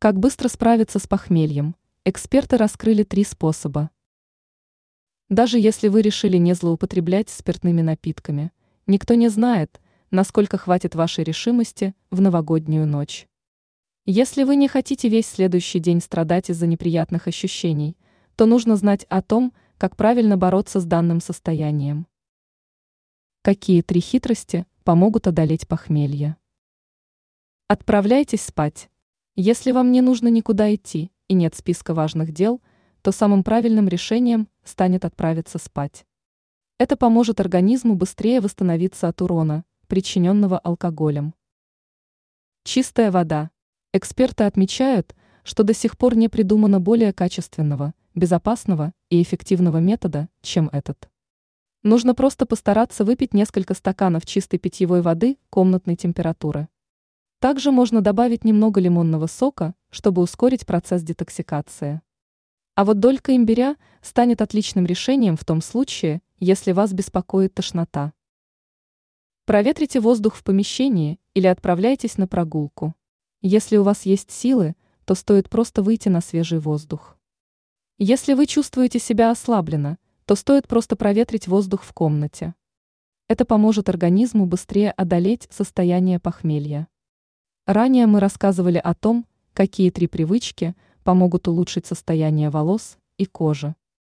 Как быстро справиться с похмельем? Эксперты раскрыли 3 способа. Даже если вы решили не злоупотреблять спиртными напитками, никто не знает, насколько хватит вашей решимости в новогоднюю ночь. Если вы не хотите весь следующий день страдать из-за неприятных ощущений, то нужно знать о том, как правильно бороться с данным состоянием. Какие 3 хитрости помогут одолеть похмелье? Отправляйтесь спать. Если вам не нужно никуда идти и нет списка важных дел, то самым правильным решением станет отправиться спать. Это поможет организму быстрее восстановиться от урона, причиненного алкоголем. Чистая вода. Эксперты отмечают, что до сих пор не придумано более качественного, безопасного и эффективного метода, чем этот. Нужно просто постараться выпить несколько стаканов чистой питьевой воды комнатной температуры. Также можно добавить немного лимонного сока, чтобы ускорить процесс детоксикации. А вот долька имбиря станет отличным решением в том случае, если вас беспокоит тошнота. Проветрите воздух в помещении или отправляйтесь на прогулку. Если у вас есть силы, то стоит просто выйти на свежий воздух. Если вы чувствуете себя ослабленно, то стоит просто проветрить воздух в комнате. Это поможет организму быстрее одолеть состояние похмелья. Ранее мы рассказывали о том, какие 3 привычки помогут улучшить состояние волос и кожи.